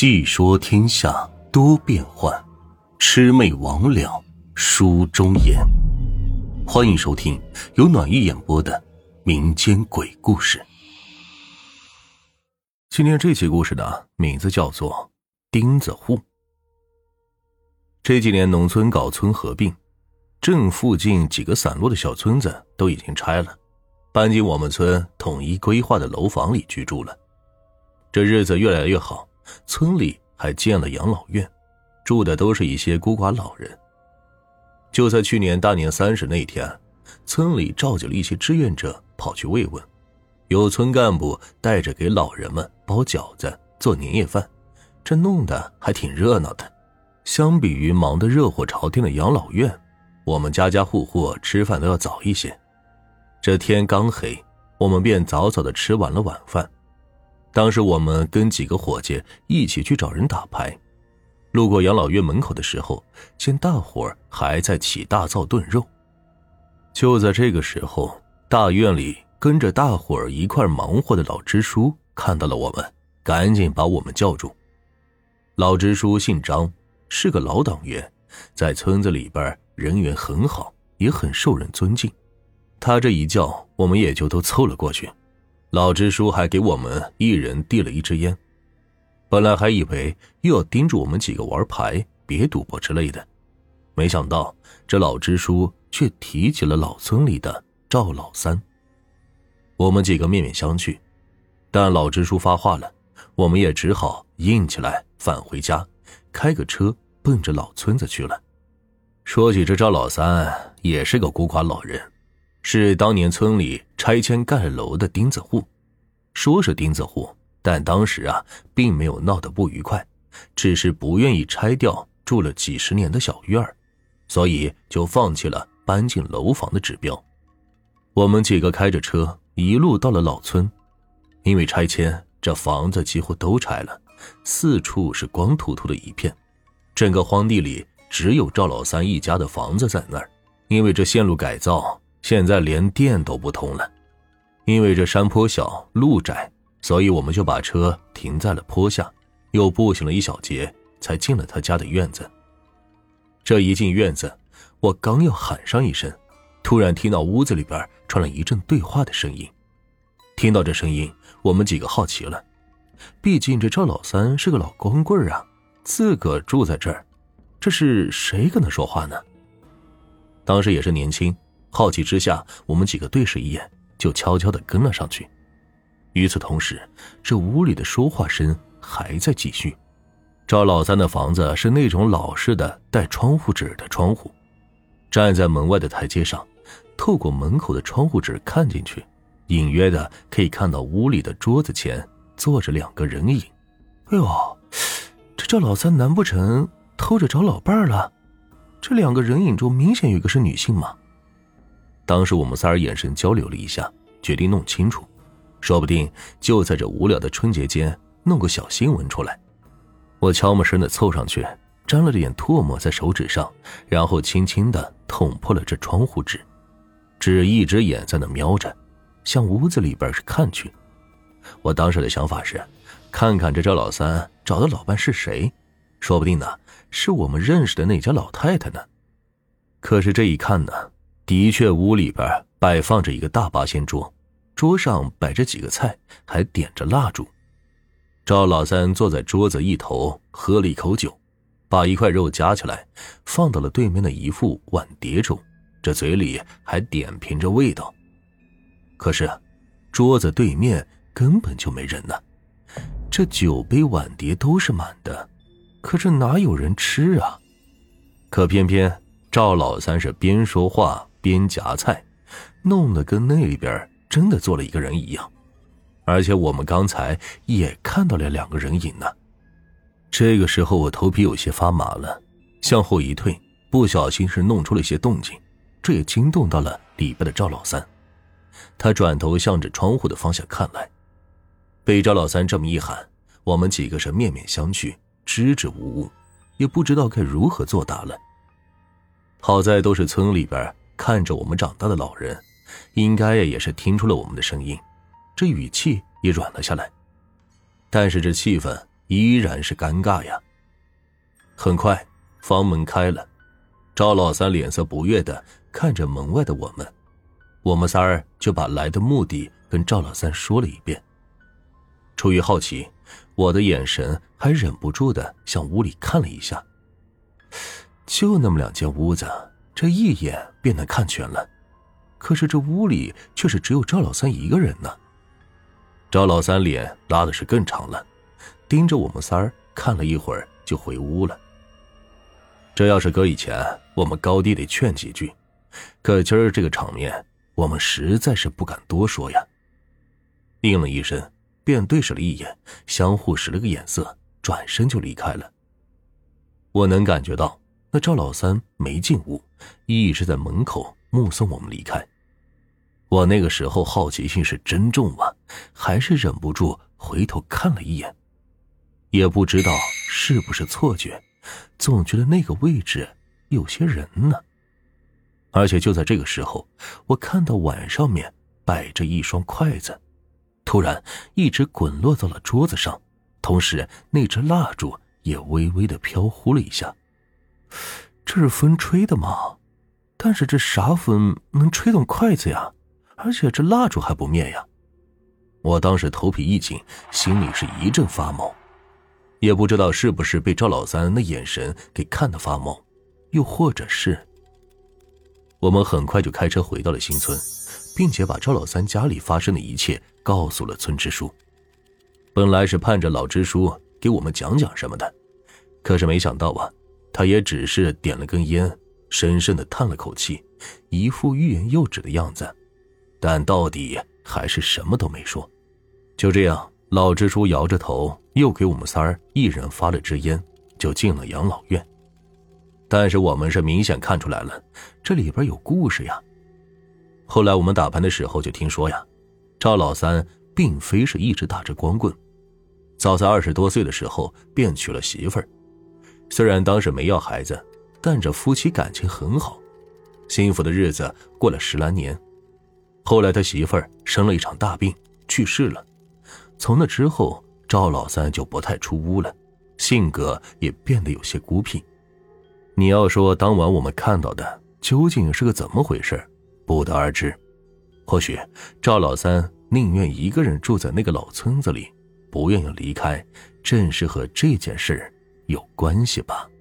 细说天下多变幻，魑魅魍魉书中言。欢迎收听由暖玉演播的民间鬼故事。今天这期故事的名字叫做钉子户。这几年农村搞村合并，镇附近几个散落的小村子都已经拆了，搬进我们村统一规划的楼房里居住了。这日子越来越好，村里还建了养老院，住的都是一些孤寡老人。就在去年大年30那天，村里召集了一些志愿者跑去慰问，有村干部带着给老人们包饺子做年夜饭，这弄得还挺热闹的。相比于忙得热火朝天的养老院，我们家家户户吃饭都要早一些。这天刚黑，我们便早早地吃完了晚饭。当时我们跟几个伙计一起去找人打牌，路过养老院门口的时候，见大伙儿还在起大灶炖肉。就在这个时候，大院里跟着大伙儿一块忙活的老支书看到了我们，赶紧把我们叫住。老支书姓张，是个老党员，在村子里边人缘很好，也很受人尊敬。他这一叫，我们也就都凑了过去。老支书还给我们一人递了一支烟，本来还以为又要盯着我们几个玩牌别赌博之类的，没想到这老支书却提起了老村里的赵老三。我们几个面面相觑，但老支书发话了，我们也只好硬起来返回家，开个车奔着老村子去了。说起这赵老三，也是个孤寡老人，是当年村里拆迁盖楼的钉子户。说是钉子户，但当时并没有闹得不愉快，只是不愿意拆掉住了几十年的小院儿，所以就放弃了搬进楼房的指标。我们几个开着车一路到了老村，因为拆迁，这房子几乎都拆了，四处是光秃秃的一片，整个荒地里只有赵老三一家的房子在那儿。因为这线路改造，现在连电都不通了。因为这山坡小路窄，所以我们就把车停在了坡下，又步行了一小截才进了他家的院子。这一进院子，我刚要喊上一声，突然听到屋子里边传来一阵对话的声音。听到这声音，我们几个好奇了，毕竟这赵老三是个老光棍啊，自个住在这儿，这是谁跟他说话呢？当时也是年轻，好奇之下，我们几个对视一眼，就悄悄地跟了上去。与此同时，这屋里的说话声还在继续。赵老三的房子是那种老式的带窗户纸的窗户，站在门外的台阶上，透过门口的窗户纸看进去，隐约的可以看到屋里的桌子前坐着两个人影。哎呦，这赵老三难不成偷着找老伴了？这两个人影中明显有一个是女性嘛。当时我们仨人眼神交流了一下，决定弄清楚，说不定就在这无聊的春节间弄个小新闻出来。我悄没声的凑上去，沾了点唾沫在手指上，然后轻轻的捅破了这窗户纸，只一只眼在那瞄着，向屋子里边是看去。我当时的想法是，看看这赵老三找的老伴是谁，说不定呢是我们认识的那家老太太呢。可是这一看呢，的确屋里边摆放着一个大八仙桌，桌上摆着几个菜，还点着蜡烛。赵老三坐在桌子一头，喝了一口酒，把一块肉夹起来放到了对面的一副碗碟中，这嘴里还点评着味道。可是桌子对面根本就没人呢，这酒杯碗碟都是满的，可这哪有人吃啊？可偏偏赵老三是边说话边夹菜，弄得跟那里边真的坐了一个人一样，而且我们刚才也看到了两个人影呢。这个时候我头皮有些发麻了，向后一退，不小心是弄出了一些动静，这也惊动到了里边的赵老三。他转头向着窗户的方向看来，被赵老三这么一喊，我们几个是面面相觑，支支吾吾，也不知道该如何作答了。好在都是村里边看着我们长大的老人，应该也是听出了我们的声音，这语气也软了下来。但是这气氛依然是尴尬呀。很快房门开了，赵老三脸色不悦地看着门外的我们仨儿就把来的目的跟赵老三说了一遍。出于好奇，我的眼神还忍不住地向屋里看了一下。就那么2间屋子，这一眼便能看全了，可是这屋里却是只有赵老三一个人呢。赵老三脸拉的是更长了，盯着我们仨儿看了一会儿就回屋了。这要是搁以前，我们高低得劝几句，可今儿这个场面，我们实在是不敢多说呀。应了一声，便对视了一眼，相互使了个眼色，转身就离开了。我能感觉到那赵老三没进屋，一直在门口目送我们离开。我那个时候好奇心是真重啊，还是忍不住回头看了一眼。也不知道是不是错觉，总觉得那个位置有些人呢。而且就在这个时候，我看到碗上面摆着一双筷子，突然一直滚落到了桌子上，同时那只蜡烛也微微的飘忽了一下。这是风吹的吗？但是这啥风能吹动筷子呀？而且这蜡烛还不灭呀。我当时头皮一紧，心里是一阵发毛，也不知道是不是被赵老三那眼神给看得发毛，又或者是……我们很快就开车回到了新村，并且把赵老三家里发生的一切告诉了村支书。本来是盼着老支书给我们讲讲什么的，可是没想到啊，他也只是点了根烟，深深地叹了口气，一副欲言又止的样子，但到底还是什么都没说。就这样，老支书摇着头，又给我们仨儿一人发了支烟，就进了养老院。但是我们是明显看出来了，这里边有故事呀。后来我们打牌的时候就听说呀，赵老三并非是一直打着光棍，早在20多岁的时候便娶了媳妇儿。虽然当时没要孩子，但这夫妻感情很好，幸福的日子过了10来年。后来他媳妇儿生了一场大病，去世了。从那之后，赵老三就不太出屋了，性格也变得有些孤僻。你要说当晚我们看到的究竟是个怎么回事，不得而知。或许赵老三宁愿一个人住在那个老村子里，不愿意离开，正是和这件事有关系吧。